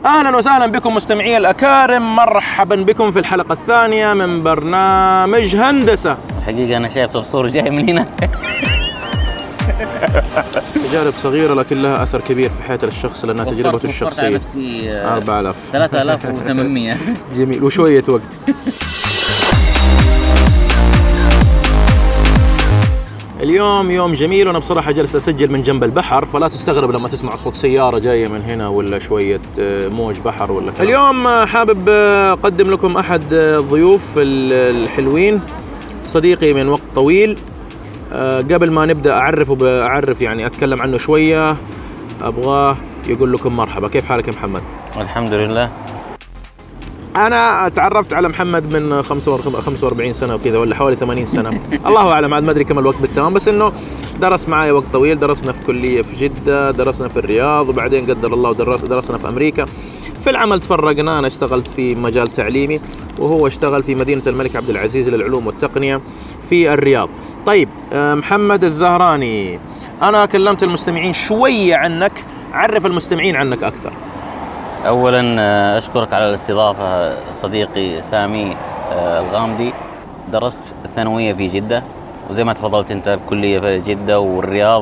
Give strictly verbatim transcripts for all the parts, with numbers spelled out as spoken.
أهلا وسهلا بكم مستمعي الأكارم، مرحبا بكم في الحلقة الثانية من برنامج هندسة. حقيقة أنا شايف الصورة جاي من هنا. تجارب صغيرة لكن لها أثر كبير في حياة الشخص لأنها تجربته الشخصية. أربعة آلاف ثلاثة آلاف وثمانمية. جميل وشوية وقت. اليوم يوم جميل وأنا بصراحة جلس أسجل من جنب البحر، فلا تستغرب لما تسمع صوت سيارة جاية من هنا ولا شوية موج بحر ولا كلام. اليوم حابب أقدم لكم أحد الضيوف الحلوين، صديقي من وقت طويل. قبل ما نبدأ أعرف وبأعرف يعني أتكلم عنه شوية، أبغاه يقول لكم مرحبا. كيف حالك يا محمد؟ الحمد لله. أنا تعرفت على محمد من خمسة وأربعين سنة وكذا ولا حوالي ثمانين سنة. الله أعلم، عاد ما أدري كم الوقت بالتمام، بس إنه درس معي وقت طويل. درسنا في كلية في جدة، درسنا في الرياض، وبعدين قدر الله ودرس درسنا في أمريكا. في العمل تفرقنا، أنا اشتغلت في مجال تعليمي وهو اشتغل في مدينة الملك عبد العزيز للعلوم والتقنية في الرياض. طيب محمد الزهراني، أنا كلمت المستمعين شوية عنك، عرف المستمعين عنك أكثر. أولا أشكرك على الاستضافة صديقي سامي الغامدي. درست الثانوية في جدة، وزي ما تفضلت أنت الكلية في جدة والرياض،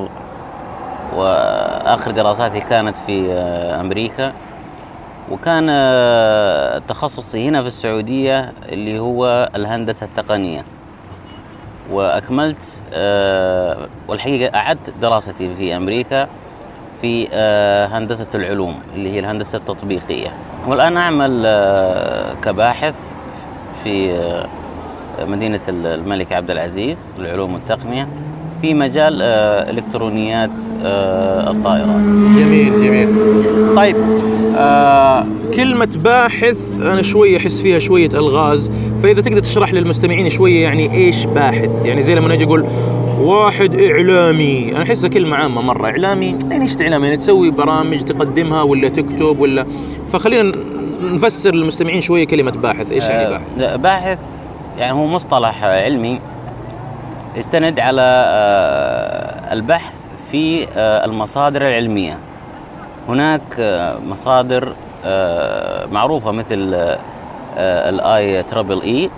وآخر دراساتي كانت في أمريكا، وكان تخصصي هنا في السعودية اللي هو الهندسة التقنية، وأكملت والحقيقة أعدت دراستي في أمريكا في هندسة العلوم اللي هي الهندسة التطبيقية، والآن أعمل كباحث في مدينة الملك عبد العزيز للعلوم والتقنية في مجال إلكترونيات الطائرات. جميل جميل. طيب آه كلمة باحث أنا شوية أحس فيها شوية ألغاز، فإذا تقدر تشرح للمستمعين شوية يعني إيش باحث؟ يعني زي لما نجي أقول واحد إعلامي، أنا أحسها كلمة عامة مرة. إعلامي يعني إيش إعلامي؟ يعني تسوي برامج تقدمها ولا تكتب ولا؟ فخلينا نفسر للمستمعين شوية كلمة باحث. إيش يعني باحث؟ آه باحث يعني هو مصطلح علمي يستند على آه البحث في آه المصادر العلمية. هناك آه مصادر آه معروفة مثل آه الاي ترابل اي،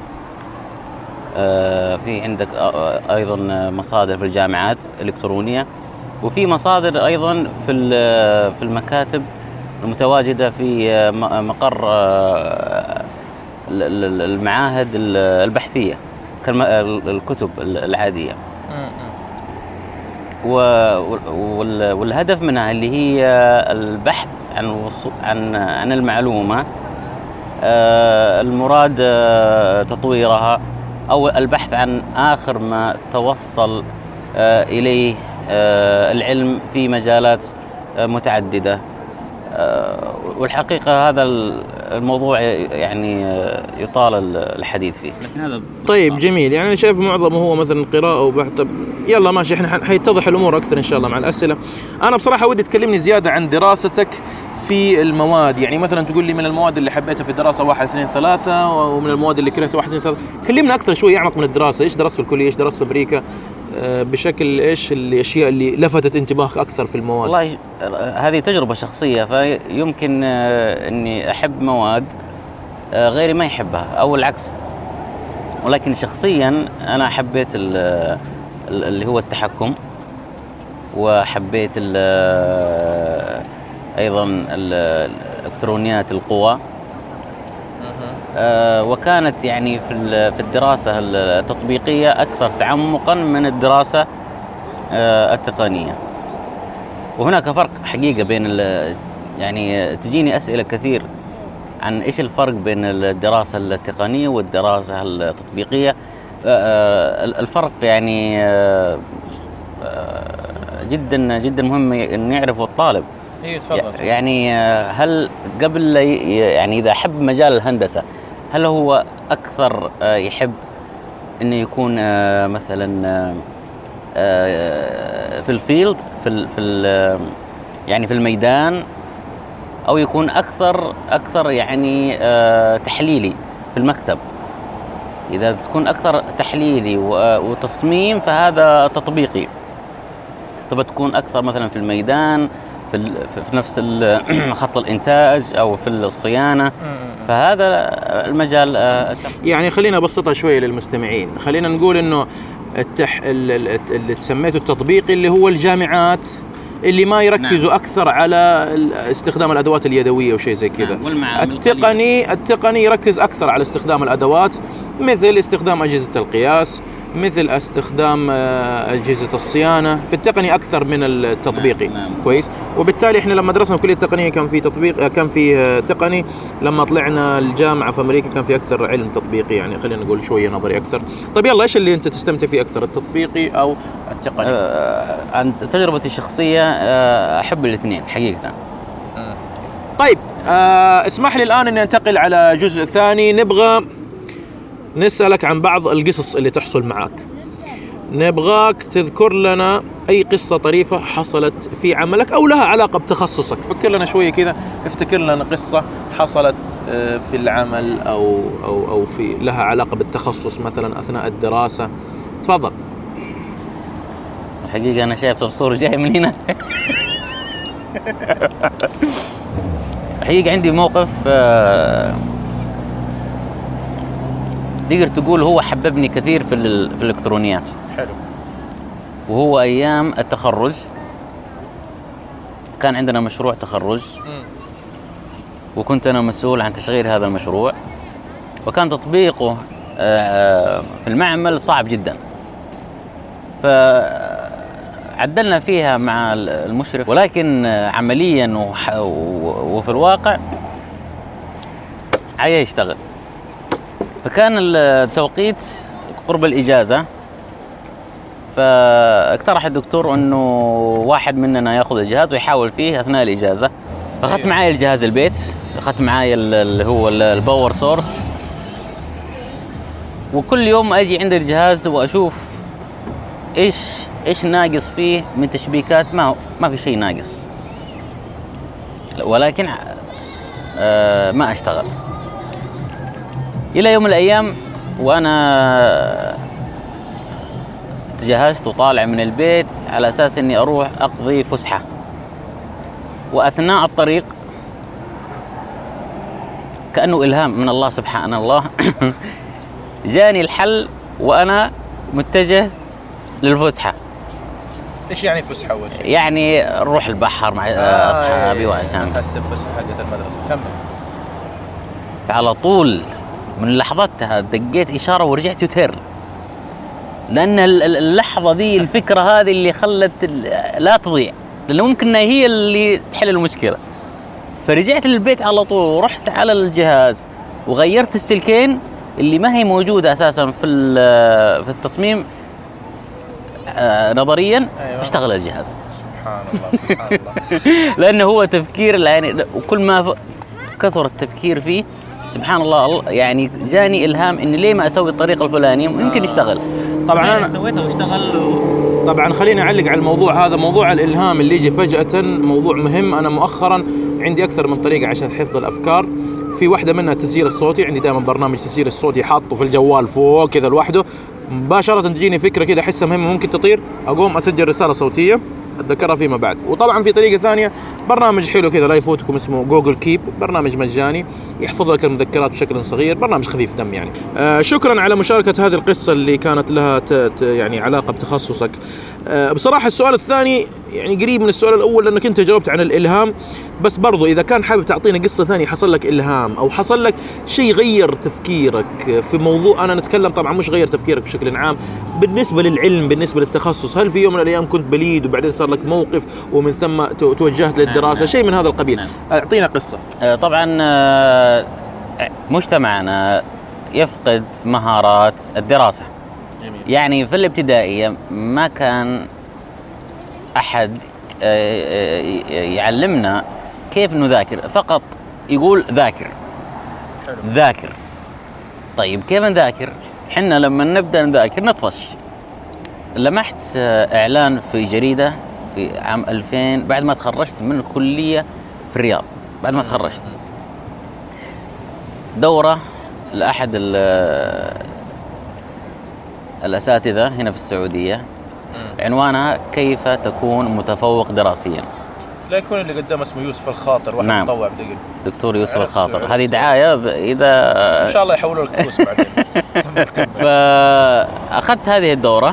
في عندك أيضا مصادر في الجامعات الإلكترونية، وفي مصادر أيضا في في المكاتب المتواجدة في مقر المعاهد البحثية كالكتب العادية. والهدف منها اللي هي البحث عن عن عن المعلومة، المراد تطويرها أو البحث عن آخر ما توصل آه إليه آه العلم في مجالات آه متعددة. آه والحقيقة هذا الموضوع يعني آه يطال الحديث فيه. لكن هذا طيب جميل. يعني أنا شايف معظمه هو مثلا قراءة وبحث. يلا ماشي، إحنا حيتضح الأمور أكثر إن شاء الله مع الأسئلة. أنا بصراحة ودي تكلمني زيادة عن دراستك في المواد. يعني مثلا تقول لي من المواد اللي حبيتها في الدراسة واحد اثنين ثلاثة، ومن المواد اللي كرهتها واحد اثنين ثلاثة. كلمنا أكثر شوي أعمق من الدراسة. إيش درست في الكلية؟ إيش درست في أمريكا؟ أه بشكل إيش الأشياء اللي لفتت انتباهك أكثر في المواد؟ والله هذه تجربة شخصية، فيمكن أه إني أحب مواد أه غيري ما يحبها أو العكس، ولكن شخصيا أنا حبيت اللي هو التحكم، وحبيت أيضا الإلكترونيات القوى. أه وكانت يعني في في الدراسة التطبيقية أكثر تعمقا من الدراسة أه التقنية. وهناك فرق حقيقة بين يعني تجيني أسئلة كثير عن إيش الفرق بين الدراسة التقنية والدراسة التطبيقية. أه الفرق يعني أه جدا جدا مهم أن يعرفه الطالب. يعني هل قبل يعني إذا أحب مجال الهندسة، هل هو أكثر يحب إنه يكون مثلا في الفيلد في في يعني في الميدان، أو يكون أكثر أكثر يعني تحليلي في المكتب؟ إذا تكون أكثر تحليلي وتصميم فهذا تطبيقي. طب تكون أكثر مثلا في الميدان في, في نفس خط الإنتاج أو في الصيانة. فهذا المجال. يعني خلينا أبسطها شوية للمستمعين. خلينا نقول إنه التح... اللي تسميته التطبيقي اللي هو الجامعات اللي ما يركزوا نعم. أكثر على استخدام الأدوات اليدوية وشيء زي كذا. نعم. التقني التقني يركز أكثر على استخدام الأدوات، مثل استخدام أجهزة القياس، مثل استخدام أجهزة الصيانة في التقني أكثر من التطبيقي. نعم. نعم. كويس. وبالتالي إحنا لما درسنا كلية التقنية كان في تطبيق، كان في تقني. لما طلعنا الجامعة في أمريكا كان في أكثر علم تطبيقي، يعني خلينا نقول شوية نظري أكثر. طيب يلا، إيش اللي أنت تستمتع فيه أكثر، التطبيقي أو التقني؟ أه عن تجربتي الشخصية أحب الاثنين حقيقة. طيب أه اسمح لي الآن أن ننتقل على جزء ثاني. نبغى نسألك عن بعض القصص اللي تحصل معك. نبغاك تذكر لنا أي قصة طريفة حصلت في عملك أو لها علاقة بتخصصك. فكر لنا شوية كذا، افتكر لنا قصة حصلت في العمل أو أو أو في لها علاقة بالتخصص مثلا أثناء الدراسة. تفضل. الحقيقة أنا شايف الصورة جاي من هنا. الحقيقة عندي موقف تقدر تقول هو حببني كثير في, في الإلكترونيات. حلو. وهو أيام التخرج كان عندنا مشروع تخرج. م. وكنت أنا مسؤول عن تشغيل هذا المشروع، وكان تطبيقه في المعمل صعب جدا. فعدلنا فيها مع المشرف، ولكن عمليا وفي الواقع عيا يشتغل. فكان التوقيت قرب الإجازة، فاقترح الدكتور أنه واحد مننا يأخذ الجهاز ويحاول فيه أثناء الإجازة. فأخذت معي الجهاز البيت، أخذت معي اللي هو الباور سورس، وكل يوم أجي عند الجهاز وأشوف إيش إيش ناقص فيه من تشبيكات. ما ما في شيء ناقص، ولكن آه ما أشتغل. إلى يوم من الأيام وأنا تجهزت وطالع من البيت على أساس أني أروح أقضي فسحة، وأثناء الطريق كأنه إلهام من الله سبحانه الله جاني الحل وأنا متجه للفسحة. إيش يعني فسحة أول شيء؟ يعني نروح البحر مع آه أصحابي وعشان أحس الفسحة حقت المدرسة. كمل. على طول من لحظتها دقيت إشارة ورجعت يوتيرن، لأن اللحظة ذي الفكرة هذه اللي خلت لا تضيع، لأنه ممكن هي اللي تحل المشكلة. فرجعت للبيت على طول ورحت على الجهاز وغيرت السلكين اللي ما هي موجودة أساسا في في التصميم آه نظريا. أيوة. اشتغل الجهاز. سبحان الله سبحان الله. لأنه هو تفكير يعني، وكل ما كثر التفكير فيه سبحان الله يعني جاني إلهام إن ليه ما أسوي الطريقة الفلانية ممكن يشتغل. طبعا أنا سويته واشتغل. طبعا خليني أعلق على الموضوع هذا، موضوع الإلهام اللي يجي فجأة، موضوع مهم. أنا مؤخرا عندي أكثر من طريقة عشان حفظ الأفكار. في واحدة منها التسجيل الصوتي، عندي دائما برنامج تسجيل الصوتي حاطه في الجوال فوق كذا لوحده. مباشرة تجيني فكرة كذا أحسها مهمة ممكن تطير، أقوم أسجل رسالة صوتية أتذكرها فيما بعد. وطبعا في طريقة ثانية، برنامج حلو كذا لا يفوتكم اسمه جوجل كيب، برنامج مجاني يحفظ لك المذكرات بشكل صغير، برنامج خفيف دم يعني. آه شكرا على مشاركة هذه القصة اللي كانت لها يعني علاقة بتخصصك. آه بصراحة السؤال الثاني يعني قريب من السؤال الأول، لأنك أنت جاوبت عن الإلهام، بس برضو إذا كان حابب تعطينا قصة ثانية حصل لك إلهام أو حصل لك شيء غير تفكيرك في موضوع. أنا نتكلم طبعا مش غير تفكيرك بشكل عام بالنسبة للعلم، بالنسبة للتخصص. هل في يوم من الأيام كنت بليد وبعدين صار لك موقف ومن ثم توجهت للدراسة؟ شيء من هذا القبيل. أعطينا قصة. طبعا مجتمعنا يفقد مهارات الدراسة. جميل. يعني في الابتدائية ما كان أحد يعلمنا كيف نذاكر، فقط يقول ذاكر. حلو. ذاكر. طيب كيف نذاكر؟ حنا لما نبدأ نذاكر نطفش. لمحت إعلان في جريدة في عام ألفين بعد ما تخرجت من الكلية في الرياض، بعد ما تخرجت دورة لأحد الأساتذة هنا في السعودية، عنوانها كيف تكون متفوق دراسيا. لا يكون اللي قدام اسمه يوسف الخاطر واحد نعم. مطوع بدقيق. دكتور يوسف الخاطر، هذه دعاية إذا إن شاء الله يحولوا لك فلوس بعدين. فأخذت هذه الدورة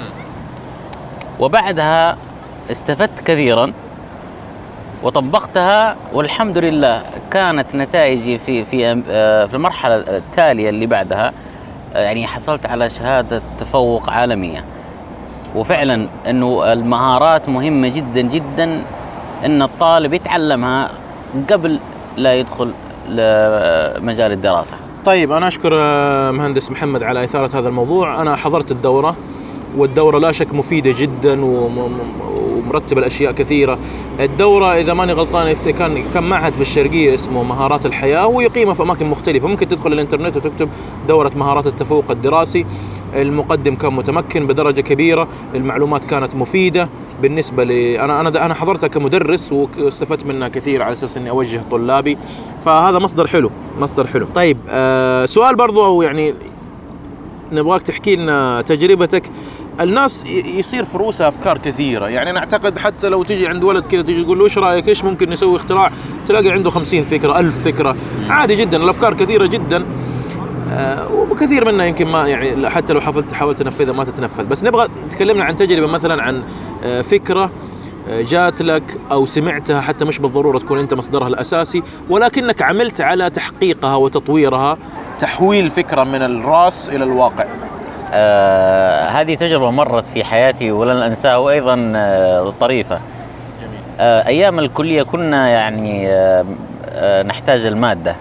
وبعدها استفدت كثيرا وطبقتها، والحمد لله كانت نتائجي في في في المرحلة التالية اللي بعدها يعني حصلت على شهادة تفوق عالمية. وفعلا انه المهارات مهمة جدا جدا ان الطالب يتعلمها قبل لا يدخل لمجال الدراسة. طيب أنا أشكر مهندس محمد على إثارة هذا الموضوع. أنا حضرت الدورة، والدورة لا شك مفيدة جدا ومرتبة الأشياء كثيرة. الدورة إذا ماني غلطان كان كان معهد في الشرقية اسمه مهارات الحياة، ويقيمها في أماكن مختلفة. ممكن تدخل الإنترنت وتكتب دورة مهارات التفوق الدراسي. المقدم كان متمكن بدرجة كبيرة، المعلومات كانت مفيدة بالنسبة لي. أنا أنا أنا حضرتها كمدرس واستفدت منها كثير على أساس إني أوجه طلابي، فهذا مصدر حلو مصدر حلو. طيب آه سؤال برضو، أو يعني نبغاك تحكي لنا تجربتك. الناس يصير في رؤوسها أفكار كثيرة، يعني أنا أعتقد حتى لو تيجي عند ولد كذا تيجي تقول له إيش رأيك إيش ممكن نسوي اختراع، تلاقي عنده خمسين فكرة ألف فكرة. عادي جدا، الأفكار كثيرة جدا آه وكثير منها يمكن ما يعني حتى لو حاولت حاولت تنفذها ما تتنفذ. بس نبغى تكلمنا عن تجربة مثلا، عن آه فكرة جات لك أو سمعتها، حتى مش بالضرورة تكون أنت مصدرها الأساسي، ولكنك عملت على تحقيقها وتطويرها، تحويل فكرة من الرأس إلى الواقع. آه هذه تجربة مرت في حياتي ولن أنساها، وأيضا آه طريفة. جميل. آه أيام الكلية كنا يعني آه آه نحتاج المادة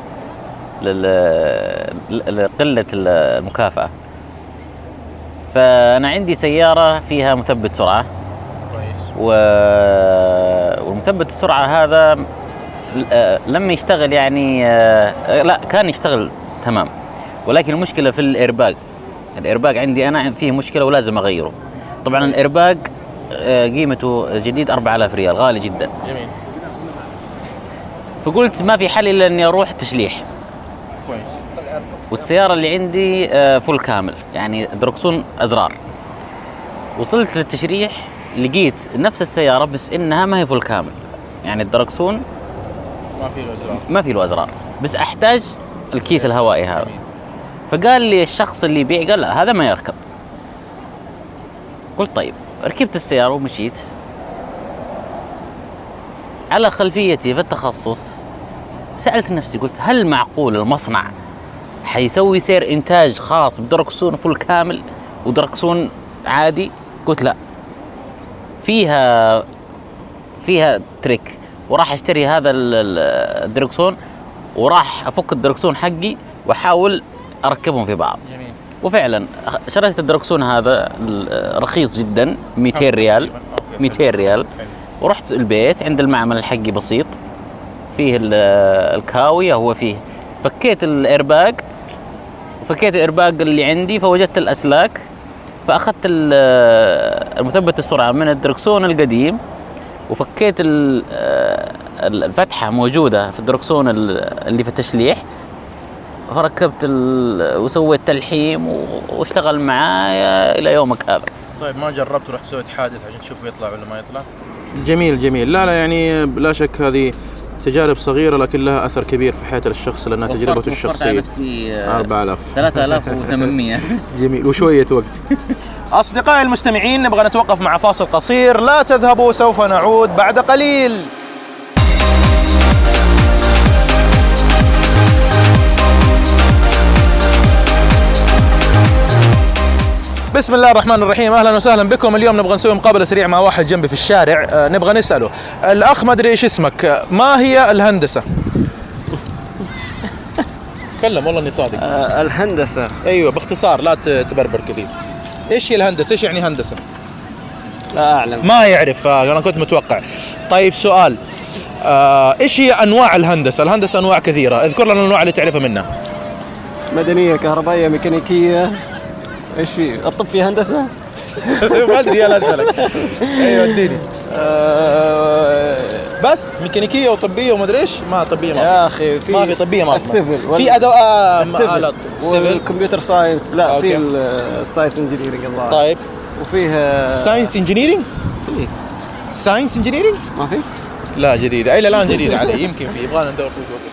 لقلة المكافأة، فأنا عندي سيارة فيها مثبت سرعة، ومثبت السرعة هذا لما يشتغل يعني لا كان يشتغل تمام، ولكن المشكلة في الإيرباج. الإيرباج عندي أنا فيه مشكلة ولازم أغيره. طبعا الإيرباج قيمته جديد أربعة آلاف ريال، غالي جدا. جميل. فقلت ما في حل إلا أني أروح تشليح. كويس. والسيارة اللي عندي فول كامل، يعني دركسون أزرار. وصلت للتشريح لقيت نفس السيارة بس إنها ما هي فول كامل، يعني الدركسون ما في له أزرار ما في له أزرار، بس أحتاج الكيس الهوائي هذا. فقال لي الشخص اللي يبيع، قال لا هذا ما يركب. قلت طيب، ركبت السيارة ومشيت. على خلفيتي في التخصص سألت نفسي، قلت هل معقول المصنع حيسوي سير إنتاج خاص بدركسون فول كامل ودركسون عادي؟ قلت لا، فيها فيها تريك. وراح اشتري هذا الدركسون وراح افك الدركسون حقي واحاول اركبهم في بعض. جميل. وفعلا شريت الدركسون هذا رخيص جدا، مئتين ريال مئتين ريال. ورحت البيت عند المعمل حقي بسيط فيه الكاوية، هو فيه فكيت الايرباج وفكيت الايرباج اللي عندي، فوجدت الاسلاك، فأخذت المثبت السرعة من الدركسون القديم وفكيت الفتحة موجودة في الدركسون اللي في التشليح، فركبت وسويت تلحيم واشتغل معايا إلى يومك هذا. طيب ما جربت ورحت سويت حادث عشان تشوف يطلع ولا ما يطلع؟ جميل جميل. لا لا يعني لا شك هذه تجارب صغيرة لكن لها أثر كبير في حياة الشخص، لأنها تجربته الشخصية. أربعة آلاف ثلاثة آلاف وثمانمية. جميل. وشوية وقت. أصدقائي المستمعين، نبغى نتوقف مع فاصل قصير، لا تذهبوا سوف نعود بعد قليل. بسم الله الرحمن الرحيم. اهلا وسهلا بكم. اليوم نبغى نسوي مقابله سريعه مع واحد جنبي في الشارع. أه نبغى نساله، الاخ ما ادري ايش اسمك، ما هي الهندسه؟ تكلم والله اني صادق. أه الهندسه ايوه باختصار، لا تبربر كثير. ايش هي الهندسه؟ ايش يعني هندسه؟ لا اعلم. ما يعرف. انا كنت متوقع. طيب سؤال، أه ايش هي انواع الهندسه؟ الهندسه انواع كثيره، اذكر لنا الانواع اللي تعرفها منها. مدنيه، كهربائيه، ميكانيكيه. ايش في؟ الطب في هندسه؟ ما ادري انا اسالك. ايوه اديني. بس ميكانيكيه وطبيه وما ادري ايش. ما طبيه ما يا اخي في ما في طبيه ما السيفل في ادوات آلات والكمبيوتر ساينس. لا في الساينس انجينيرنج. الله. طيب وفيه ساينس انجينيرنج. في ساينس انجينيرنج ما في. لا جديدة، إلى الآن جديدة علي، يمكن في يبغانا ندور في جوجل.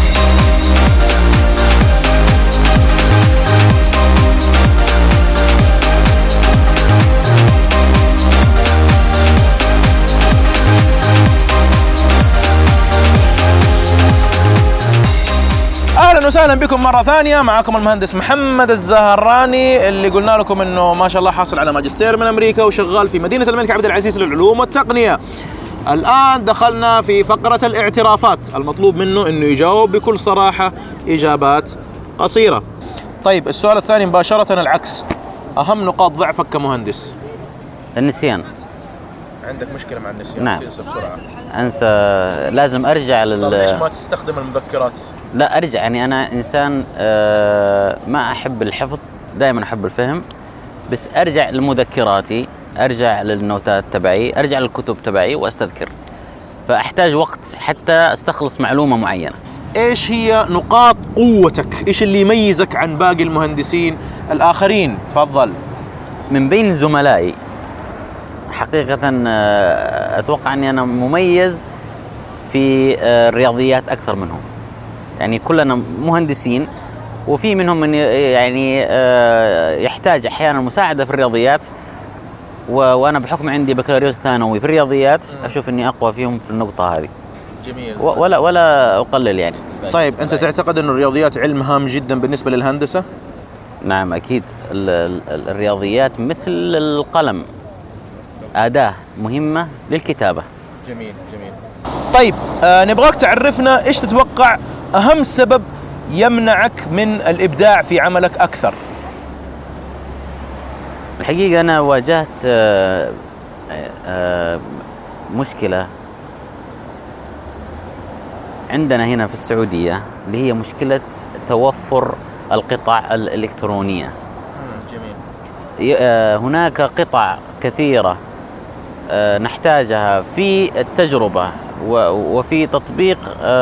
اهلا وسهلا بكم مره ثانيه، معكم المهندس محمد الزهراني اللي قلنا لكم انه ما شاء الله حاصل على ماجستير من امريكا وشغال في مدينه الملك عبد العزيز للعلوم والتقنيه. الان دخلنا في فقره الاعترافات، المطلوب منه انه يجاوب بكل صراحه اجابات قصيره. طيب السؤال الثاني مباشره العكس، اهم نقاط ضعفك كمهندس؟ النسيان. عندك مشكله مع النسيان؟ نعم. تنسى بسرعه؟ انسى، لازم ارجع لل. طيب ليش ما تستخدم المذكرات؟ لا ارجع، يعني انا انسان آه ما احب الحفظ، دائما احب الفهم، بس ارجع لمذكراتي، ارجع للنوتات تبعي، ارجع للكتب تبعي واستذكر، فاحتاج وقت حتى استخلص معلومه معينه. ايش هي نقاط قوتك؟ ايش اللي يميزك عن باقي المهندسين الاخرين؟ تفضل. من بين زملائي حقيقه آه اتوقع اني انا مميز في آه الرياضيات اكثر منهم، يعني كلنا مهندسين وفي منهم من يعني يحتاج احيانا مساعده في الرياضيات، وانا بحكم عندي بكالوريوس ثانوي في الرياضيات اشوف اني اقوى فيهم في النقطه هذه. جميل. ولا ولا اقلل يعني. طيب انت تعتقد انه الرياضيات علم هام جدا بالنسبه للهندسه؟ نعم اكيد، الرياضيات مثل القلم، اداه مهمه للكتابه. جميل جميل. طيب آه نبغاك تعرفنا ايش تتوقع أهم سبب يمنعك من الإبداع في عملك أكثر؟ الحقيقة أنا واجهت آآ آآ مشكلة عندنا هنا في السعودية، اللي هي مشكلة توفر القطع الإلكترونية. جميل. هناك قطع كثيرة نحتاجها في التجربة وفي تطبيق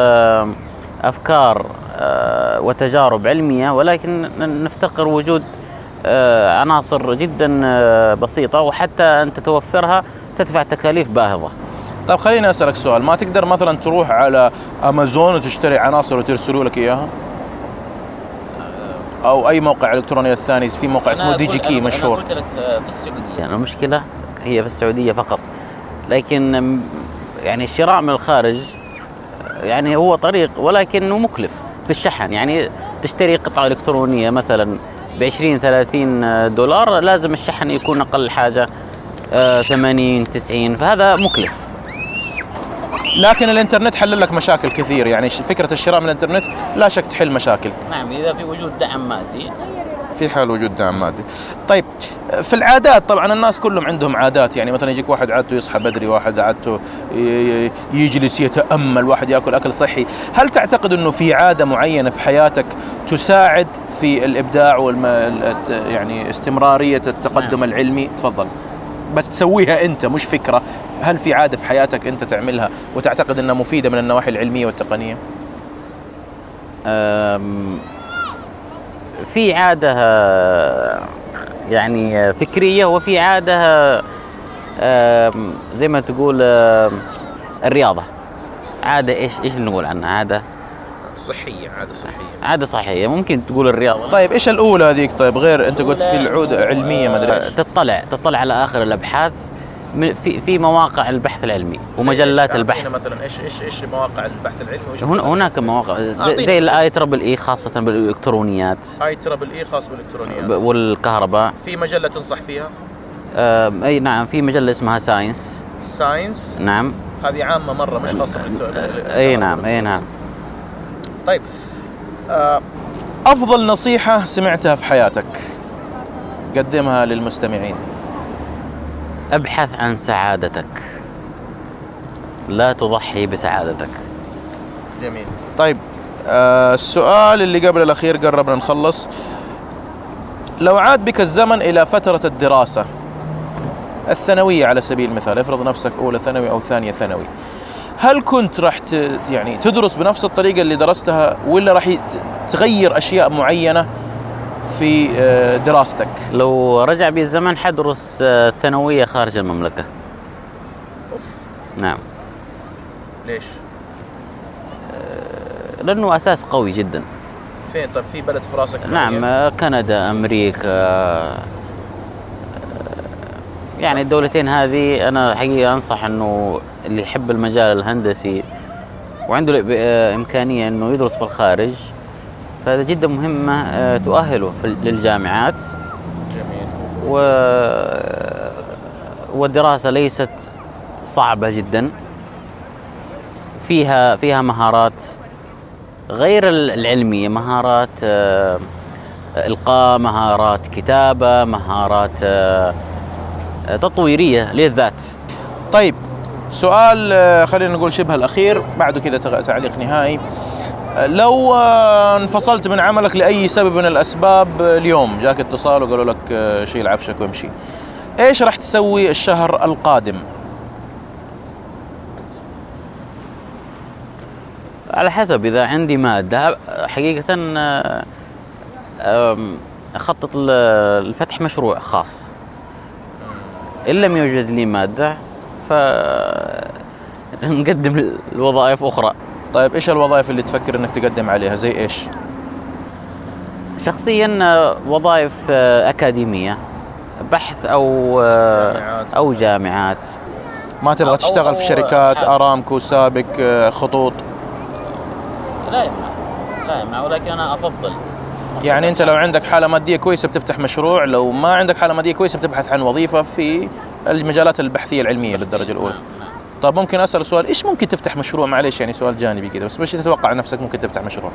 أفكار وتجارب علمية، ولكن نفتقر وجود عناصر جدا بسيطة، وحتى أن تتوفرها تدفع تكاليف باهظة. طيب خليني أسألك سؤال، ما تقدر مثلا تروح على أمازون وتشتري عناصر وترسلوا لك إياها؟ أو أي موقع إلكتروني الثاني، في موقع اسمه دي جي كي مشهور. أنا قلت لك في السعودية، يعني المشكلة هي في السعودية فقط، لكن يعني الشراء من الخارج يعني هو طريق ولكنه مكلف في الشحن. يعني تشتري قطعة إلكترونية مثلا بعشرين ثلاثين دولار، لازم الشحن يكون أقل حاجة ثمانين تسعين، فهذا مكلف. لكن الانترنت حل لك مشاكل كثير، يعني فكرة الشراء من الانترنت لا شك تحل مشاكل. نعم إذا في وجود دعم مادي، في حال وجود دعم مادي. طيب في العادات، طبعا الناس كلهم عندهم عادات، يعني مثلا يجيك واحد عادته يصحى بدري، واحد عادته يجلس يتأمل، واحد يأكل أكل صحي. هل تعتقد أنه في عادة معينة في حياتك تساعد في الإبداع والم... يعني استمرارية التقدم نعم. العلمي؟ تفضل. بس تسويها أنت، مش فكرة. هل في عادة في حياتك أنت تعملها وتعتقد أنها مفيدة من النواحي العلمية والتقنية؟ أم... في عادة يعني فكرية، وفي عادة زي ما تقول الرياضة. عادة إيش إيش نقول عنها؟ عادة صحية. عادة صحية. عادة صحية ممكن تقول الرياضة. طيب إيش الأولى هذيك؟ طيب غير أنت قلت في العود علمية ما أدري. تطلع تطلع على آخر الأبحاث في في مواقع البحث العلمي ومجلات البحث. مثلا ايش ايش ايش مواقع البحث العلمي؟ هنا هناك مواقع زي, زي الاي تربل اي، خاصه بالالكترونيات. اي تربل اي خاص بالالكترونيات والكهرباء. في مجله تنصح فيها؟ آه اي نعم، في مجله اسمها ساينس. ساينس؟ نعم. هذه عامه مره مش خاصه بالالكترونيات. اي نعم اي نعم. طيب آه افضل نصيحه سمعتها في حياتك قدمها للمستمعين؟ ابحث عن سعادتك، لا تضحي بسعادتك. جميل. طيب آه السؤال اللي قبل الأخير، قربنا نخلص. لو عاد بك الزمن إلى فترة الدراسة الثانوية على سبيل المثال، افرض نفسك أولى ثانوي أو ثانية ثانوي، هل كنت راح يعني تدرس بنفس الطريقة اللي درستها، ولا راح تغير أشياء معينة في دراستك؟ لو رجع بي الزمن حدرس الثانوية خارج المملكة. أوف. نعم. ليش؟ لأنه أساس قوي جدا. فين؟ طب في بلد في راسك؟ نعم معين؟ كندا، أمريكا، يعني الدولتين هذه أنا حقيقة أنصح أنه اللي يحب المجال الهندسي وعنده إمكانية أنه يدرس في الخارج، فهذا جدا مهمة تؤهله للجامعات. جميل. و... والدراسة ليست صعبة جدا، فيها فيها مهارات غير العلمية، مهارات إلقاء، مهارات كتابة، مهارات تطويرية للذات. طيب سؤال خلينا نقول شبه الأخير، بعده كذا تعليق نهائي. لو انفصلت من عملك لأي سبب من الأسباب اليوم، جاك اتصال وقالوا لك شيل عفشك وامشي، ايش راح تسوي الشهر القادم؟ على حسب، إذا عندي مادة حقيقة أخطط لفتح مشروع خاص. إن لم يوجد لي مادة فنقدم الوظائف أخرى. طيب إيش الوظائف اللي تفكر إنك تقدم عليها؟ زي إيش؟ شخصيا وظائف أكاديمية، بحث أو جامعات. أو جامعات. ما تبغى تشتغل في شركات أرامكو، سابك، خطوط؟ لا يمنع، لا يمنع، ولكن أنا أفضل. يعني أنت لو عندك حالة مادية كويسة بتفتح مشروع، لو ما عندك حالة مادية كويسة بتبحث عن وظيفة في المجالات البحثية العلمية بالدرجة الأولى. طب ممكن أسأل سؤال، إيش ممكن تفتح مشروع؟ معليش يعني سؤال جانبي كده، بس مش تتوقع نفسك ممكن تفتح مشروع؟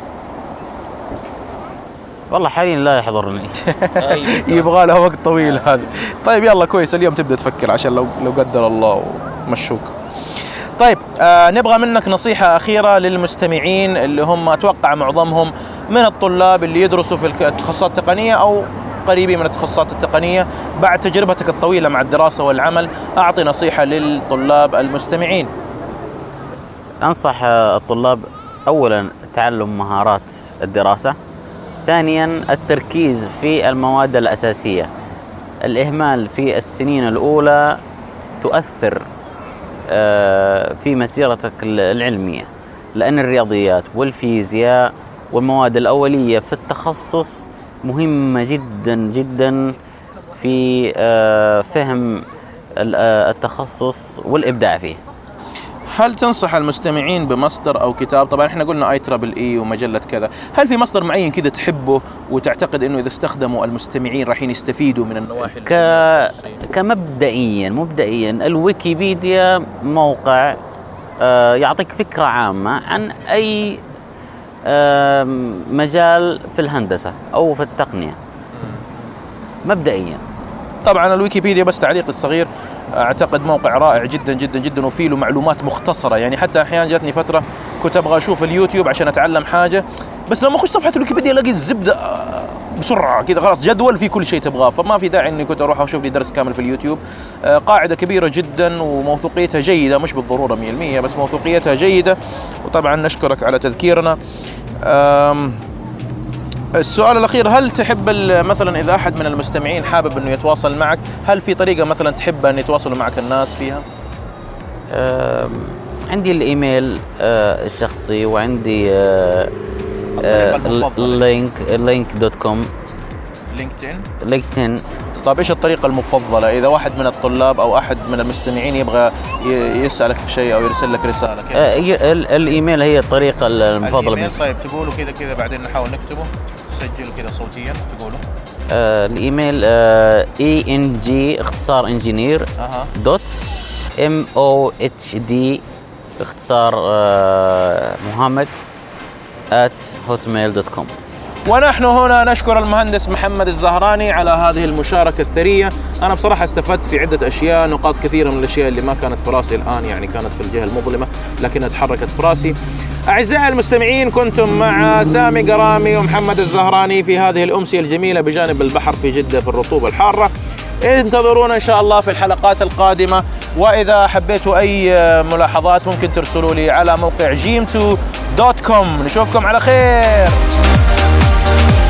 والله حاليا لا يحضرني. يبغى له وقت طويل هذا. طيب يلا كويس، اليوم تبدأ تفكر عشان لو لو قدر الله ومشوك. طيب آه نبغى منك نصيحة أخيرة للمستمعين اللي هم أتوقع معظمهم من الطلاب اللي يدرسوا في التخصصات التقنية أو قريبين من التخصصات التقنية. بعد تجربتك الطويلة مع الدراسة والعمل، أعطي نصيحة للطلاب المستمعين. أنصح الطلاب أولا تعلم مهارات الدراسة، ثانيا التركيز في المواد الأساسية. الإهمال في السنين الأولى تؤثر في مسيرتك العلمية، لأن الرياضيات والفيزياء والمواد الأولية في التخصص مهمة جدا جدا في فهم التخصص والإبداع فيه. هل تنصح المستمعين بمصدر أو كتاب؟ طبعا احنا قلنا اي ترابل اي ومجلة كذا، هل في مصدر معين كذا تحبه وتعتقد انه اذا استخدموا المستمعين راح يستفيدوا من النواحي؟ ك... كمبدئيا مبدئيا الويكيبيديا موقع يعطيك فكرة عامة عن أي مجال في الهندسة أو في التقنية مبدئيا. طبعا الويكيبيديا بس تعليق الصغير، اعتقد موقع رائع جدا جدا جدا وفيه له معلومات مختصرة. يعني حتى احيانا جاتني فترة كنت ابغى اشوف اليوتيوب عشان اتعلم حاجة، بس لما اخش صفحة الويكيبيديا الاقي الزبدة بسرعة كذا، خلاص جدول فيه كل شيء تبغاه، فما في داعي اني كنت اروح اشوف لي درس كامل في اليوتيوب. قاعدة كبيرة جدا وموثوقيتها جيدة، مش بالضرورة مية بالمية بس موثوقيتها جيدة، وطبعا نشكرك على تذكيرنا. السؤال الأخير، هل تحب مثلا إذا أحد من المستمعين حابب أنه يتواصل معك، هل في طريقة مثلا تحب أن يتواصلوا معك الناس فيها؟ أه عندي الإيميل أه الشخصي، وعندي أه أه اللينك اللينك دوت كوم، لينكدين لينكدين. طيب إيش الطريقة المفضلة إذا واحد من الطلاب أو أحد من المستمعين يبغى يسألك في شيء أو يرسل لك رسالة؟ أه الإيميل هي الطريقة المفضلة. الإيميل طيب تقولوا كذا كذا بعدين نحاول نكتبه، سجلوا كذا صوتيا تقولوا. آه الايميل آه اي ان جي اختصار انجينير أه. دوت ام او اتش دي اختصار آه محمد ات هوتميل دوت كوم. ونحن هنا نشكر المهندس محمد الزهراني على هذه المشاركة الثرية. أنا بصراحة استفدت في عدة أشياء، نقاط كثيرة من الأشياء اللي ما كانت في راسي الآن، يعني كانت في الجهة المظلمة لكنها تحركت في راسي. أعزائي المستمعين، كنتم مع سامي قرامي ومحمد الزهراني في هذه الأمسية الجميلة بجانب البحر في جدة في الرطوبة الحارة. انتظرونا إن شاء الله في الحلقات القادمة، وإذا حبيتوا أي ملاحظات ممكن ترسلوا لي على موقع جيم تو دوت كوم. نشوفكم على خير.